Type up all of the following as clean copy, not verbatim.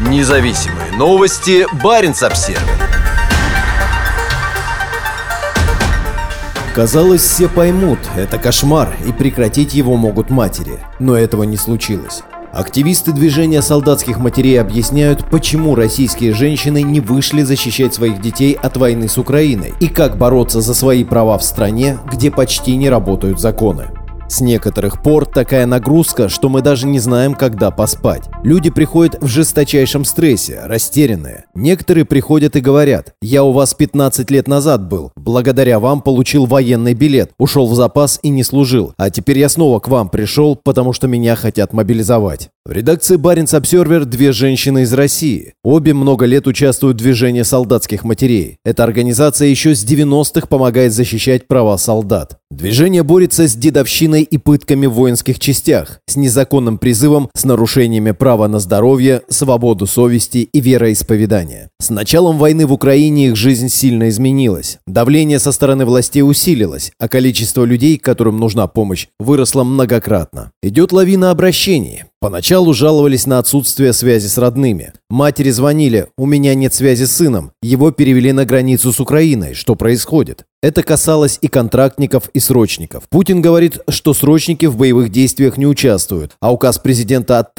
Независимые новости. Баренц-Обсервис. Казалось, все поймут, это кошмар, и прекратить его могут матери. Но этого не случилось. Активисты движения солдатских матерей объясняют, почему российские женщины не вышли защищать своих детей от войны с Украиной и как бороться за свои права в стране, где почти не работают законы. С некоторых пор такая нагрузка, что мы даже не знаем, когда поспать. Люди приходят в жесточайшем стрессе, растерянные. Некоторые приходят и говорят: «Я у вас 15 лет назад был, благодаря вам получил военный билет, ушел в запас и не служил, а теперь я снова к вам пришел, потому что меня хотят мобилизовать». В редакции Баренц-Обсервис две женщины из России. Обе много лет участвуют в движении солдатских матерей. Эта организация еще с 90-х помогает защищать права солдат. Движение борется с дедовщиной и пытками в воинских частях, с незаконным призывом, с нарушениями права на здоровье, свободу совести и вероисповедания. С началом войны в Украине их жизнь сильно изменилась. Давление со стороны властей усилилось, а количество людей, которым нужна помощь, выросло многократно. Идет лавина обращений. Поначалу жаловались на отсутствие связи с родными. Матери звонили: «У меня нет связи с сыном, его перевели на границу с Украиной, что происходит?». Это касалось и контрактников, и срочников. Путин говорит, что срочники в боевых действиях не участвуют, а указ президента от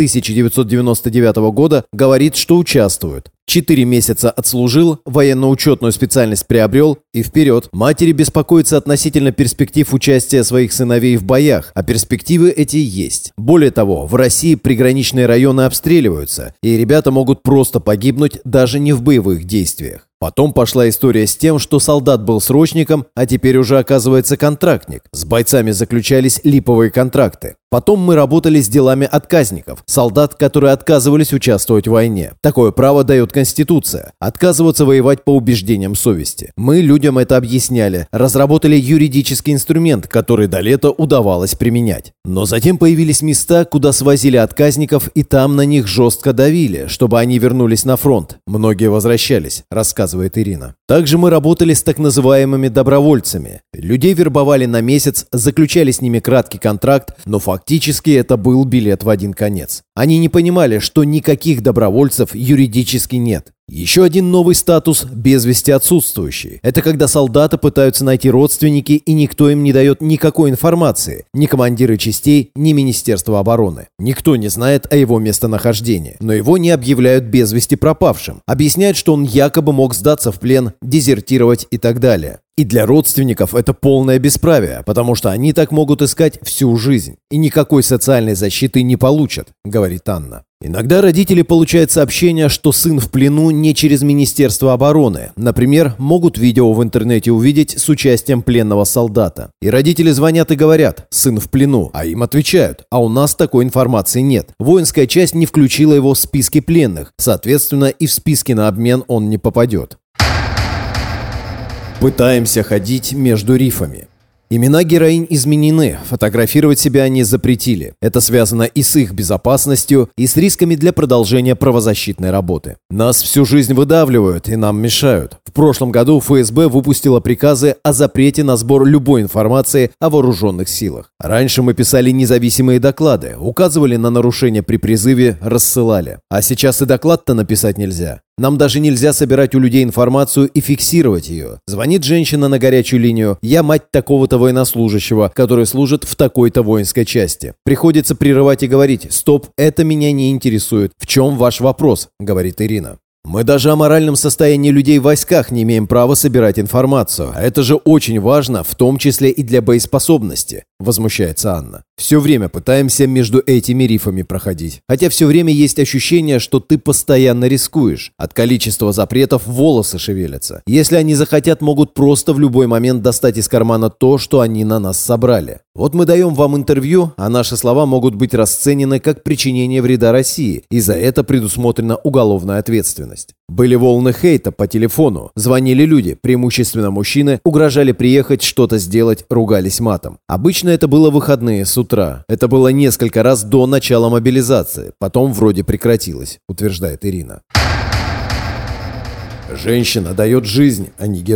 1999 года говорит, что участвуют. 4 месяца отслужил, военно-учетную специальность приобрел и вперед. Матери беспокоятся относительно перспектив участия своих сыновей в боях, а перспективы эти есть. Более того, в России приграничные районы обстреливаются, и ребята могут просто погибнуть даже не в боевых действиях. Потом пошла история с тем, что солдат был срочником, а теперь уже оказывается контрактник. С бойцами заключались липовые контракты. Потом мы работали с делами отказников, солдат, которые отказывались участвовать в войне. Такое право дает Конституция – отказываться воевать по убеждениям совести. Мы людям это объясняли, разработали юридический инструмент, который до лета удавалось применять. Но затем появились места, куда свозили отказников, и там на них жестко давили, чтобы они вернулись на фронт. Многие возвращались, рассказывает Ирина. Также мы работали с так называемыми добровольцами. Людей вербовали на месяц, заключали с ними краткий контракт, но фактически это был билет в один конец. Они не понимали, что никаких добровольцев юридически нет. Еще один новый статус – без вести отсутствующий. Это когда солдаты пытаются найти родственники, и никто им не дает никакой информации. Ни командиры частей, ни Министерство обороны. Никто не знает о его местонахождении. Но его не объявляют без вести пропавшим. Объясняют, что он якобы мог сдаться в плен, дезертировать и так далее. И для родственников это полное бесправие, потому что они так могут искать всю жизнь. И никакой социальной защиты не получат, говорит Анна. Иногда родители получают сообщение, что сын в плену не через Министерство обороны. Например, могут видео в интернете увидеть с участием пленного солдата. И родители звонят и говорят: «Сын в плену», а им отвечают: «А у нас такой информации нет. Воинская часть не включила его в списки пленных, соответственно, и в списки на обмен он не попадет». Пытаемся ходить между рифами. Имена героинь изменены, фотографировать себя они запретили. Это связано и с их безопасностью, и с рисками для продолжения правозащитной работы. Нас всю жизнь выдавливают и нам мешают. В прошлом году ФСБ выпустила приказы о запрете на сбор любой информации о вооруженных силах. Раньше мы писали независимые доклады, указывали на нарушения при призыве, рассылали. А сейчас и доклад-то написать нельзя. Нам даже нельзя собирать у людей информацию и фиксировать ее. Звонит женщина на горячую линию: «Я мать такого-то военнослужащего, который служит в такой-то воинской части». Приходится прерывать и говорить: «Стоп, это меня не интересует. В чем ваш вопрос?» — говорит Ирина. Мы даже о моральном состоянии людей в войсках не имеем права собирать информацию. А это же очень важно, в том числе и для боеспособности, возмущается Анна. Все время пытаемся между этими рифами проходить. Хотя все время есть ощущение, что ты постоянно рискуешь. От количества запретов волосы шевелятся. Если они захотят, могут просто в любой момент достать из кармана то, что они на нас собрали. Вот мы даем вам интервью, а наши слова могут быть расценены как причинение вреда России, и за это предусмотрена уголовная ответственность. Были волны хейта по телефону. Звонили люди, преимущественно мужчины, угрожали приехать, что-то сделать, ругались матом. Обычно это было в выходные с утра. Это было несколько раз до начала мобилизации. Потом вроде прекратилось, утверждает Ирина. Женщина дает жизнь, а не героя.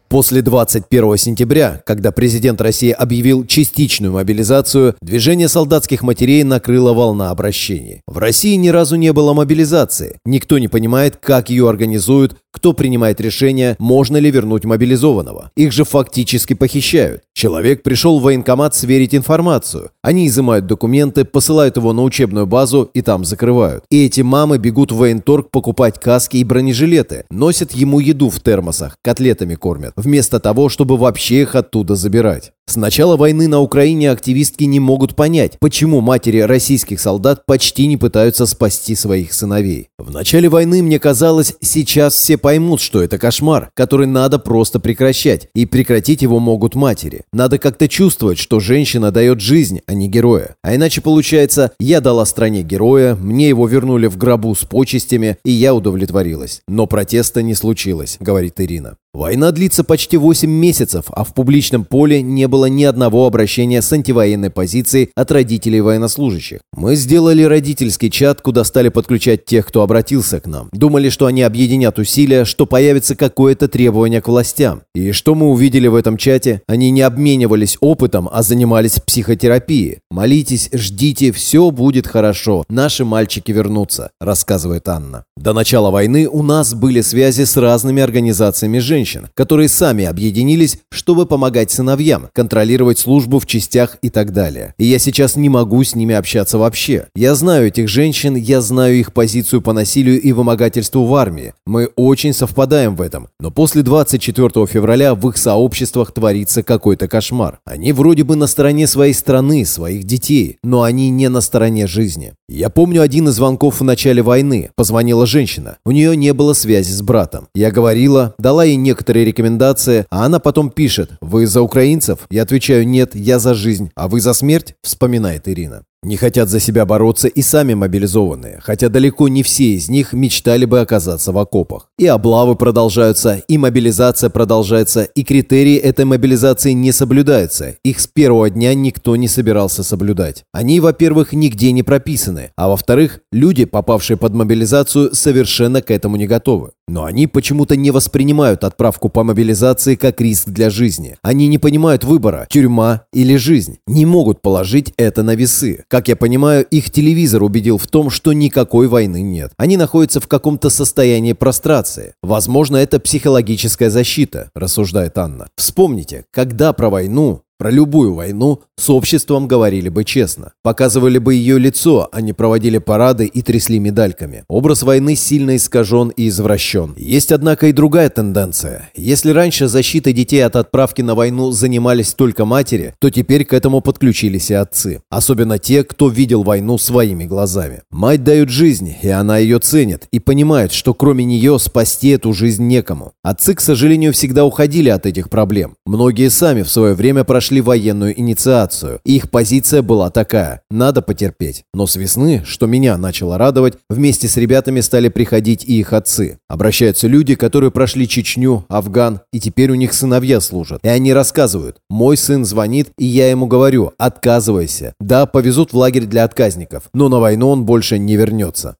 После 21 сентября, когда президент России объявил частичную мобилизацию, движение солдатских матерей накрыла волна обращений. В России ни разу не было мобилизации. Никто не понимает, как ее организуют, кто принимает решение, можно ли вернуть мобилизованного. Их же фактически похищают. Человек пришел в военкомат сверить информацию. Они изымают документы, посылают его на учебную базу и там закрывают. И эти мамы бегут в военторг покупать каски и бронежилеты, носят ему еду в термосах, котлетами кормят, вместо того, чтобы вообще их оттуда забирать. С начала войны на Украине активистки не могут понять, почему матери российских солдат почти не пытаются спасти своих сыновей. В начале войны мне казалось, сейчас все поймут, что это кошмар, который надо просто прекращать, и прекратить его могут матери. Надо как-то чувствовать, что женщина дает жизнь, а не героя. А иначе получается, я дала стране героя, мне его вернули в гробу с почестями, и я удовлетворилась. Но протеста не случилось, говорит Ирина. Война длится почти 8 месяцев, а в публичном поле не было ни одного обращения с антивоенной позицией от родителей военнослужащих. Мы сделали родительский чат, куда стали подключать тех, кто обратился к нам. Думали, что они объединят усилия, что появится какое-то требование к властям. И что мы увидели в этом чате? Они не обменивались опытом, а занимались психотерапией. Молитесь, ждите, все будет хорошо. Наши мальчики вернутся, рассказывает Анна. До начала войны у нас были связи с разными организациями женщин, которые сами объединились, чтобы помогать сыновьям, контролировать службу в частях и так далее. И я сейчас не могу с ними общаться вообще. Я знаю этих женщин, я знаю их позицию по насилию и вымогательству в армии. Мы очень совпадаем в этом. Но после 24 февраля в их сообществах творится какой-то кошмар. Они вроде бы на стороне своей страны, своих детей, но они не на стороне жизни. Я помню один из звонков в начале войны. Позвонила женщина. У нее не было связи с братом. Я говорила, дала ей некоторые рекомендации, а она потом пишет: «Вы за украинцев?» Я отвечаю: «Нет, я за жизнь». «А вы за смерть?» — вспоминает Ирина. Не хотят за себя бороться и сами мобилизованные, хотя далеко не все из них мечтали бы оказаться в окопах. И облавы продолжаются, и мобилизация продолжается, и критерии этой мобилизации не соблюдаются. Их с первого дня никто не собирался соблюдать. Они, во-первых, нигде не прописаны, а во-вторых, люди, попавшие под мобилизацию, совершенно к этому не готовы. Но они почему-то не воспринимают отправку по мобилизации как риск для жизни. Они не понимают выбора – тюрьма или жизнь. Не могут положить это на весы. Как я понимаю, их телевизор убедил в том, что никакой войны нет. Они находятся в каком-то состоянии прострации. Возможно, это психологическая защита, рассуждает Анна. Вспомните, когда про войну, про любую войну, с обществом говорили бы честно. Показывали бы ее лицо, а не проводили парады и трясли медальками. Образ войны сильно искажен и извращен. Есть, однако, и другая тенденция. Если раньше защитой детей от отправки на войну занимались только матери, то теперь к этому подключились и отцы. Особенно те, кто видел войну своими глазами. Мать дает жизнь, и она ее ценит, и понимает, что кроме нее спасти эту жизнь некому. Отцы, к сожалению, всегда уходили от этих проблем. Многие сами в свое время прошли военную инициацию. Их позиция была такая: надо потерпеть. Но с весны, что меня начало радовать, вместе с ребятами стали приходить и их отцы. Обращаются люди, которые прошли Чечню, Афган, и теперь у них сыновья служат. И они рассказывают: мой сын звонит, и я ему говорю: отказывайся. Да, повезут в лагерь для отказников, но на войну он больше не вернется.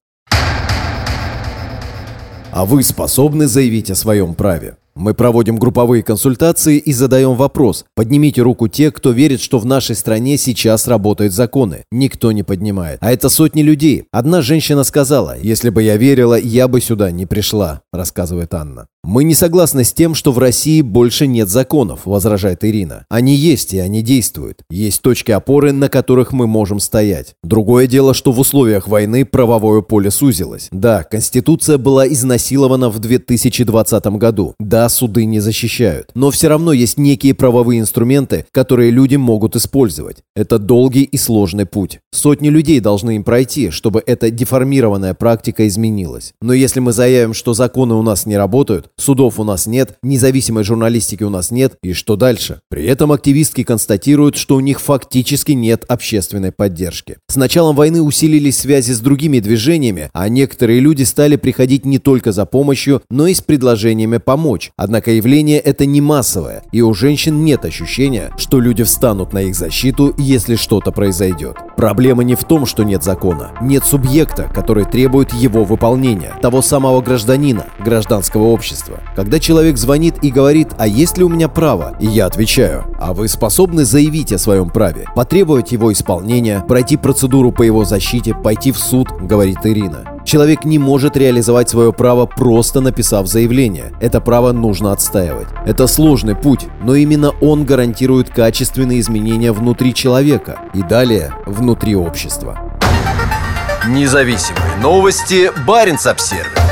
А вы способны заявить о своем праве? Мы проводим групповые консультации и задаем вопрос: поднимите руку те, кто верит, что в нашей стране сейчас работают законы. Никто не поднимает. А это сотни людей. Одна женщина сказала: если бы я верила, я бы сюда не пришла, рассказывает Анна. Мы не согласны с тем, что в России больше нет законов, возражает Ирина. Они есть, и они действуют. Есть точки опоры, на которых мы можем стоять. Другое дело, что в условиях войны правовое поле сузилось. Да, Конституция была изнасилована в 2020 году. Да, суды не защищают. Но все равно есть некие правовые инструменты, которые люди могут использовать. Это долгий и сложный путь. Сотни людей должны им пройти, чтобы эта деформированная практика изменилась. Но если мы заявим, что законы у нас не работают, судов у нас нет, независимой журналистики у нас нет, и что дальше? При этом активистки констатируют, что у них фактически нет общественной поддержки. С началом войны усилились связи с другими движениями, а некоторые люди стали приходить не только за помощью, но и с предложениями помочь. Однако явление это не массовое, и у женщин нет ощущения, что люди встанут на их защиту, если что-то произойдет. Проблема не в том, что нет закона, нет субъекта, который требует его выполнения, того самого гражданина, гражданского общества. общества. Когда человек звонит и говорит: «А есть ли у меня право?» И я отвечаю: «А вы способны заявить о своем праве, потребовать его исполнения, пройти процедуру по его защите, пойти в суд?» — говорит Ирина. Человек не может реализовать свое право, просто написав заявление. Это право нужно отстаивать. Это сложный путь, но именно он гарантирует качественные изменения внутри человека и далее внутри общества. Независимые новости. Баренц-Обсервис.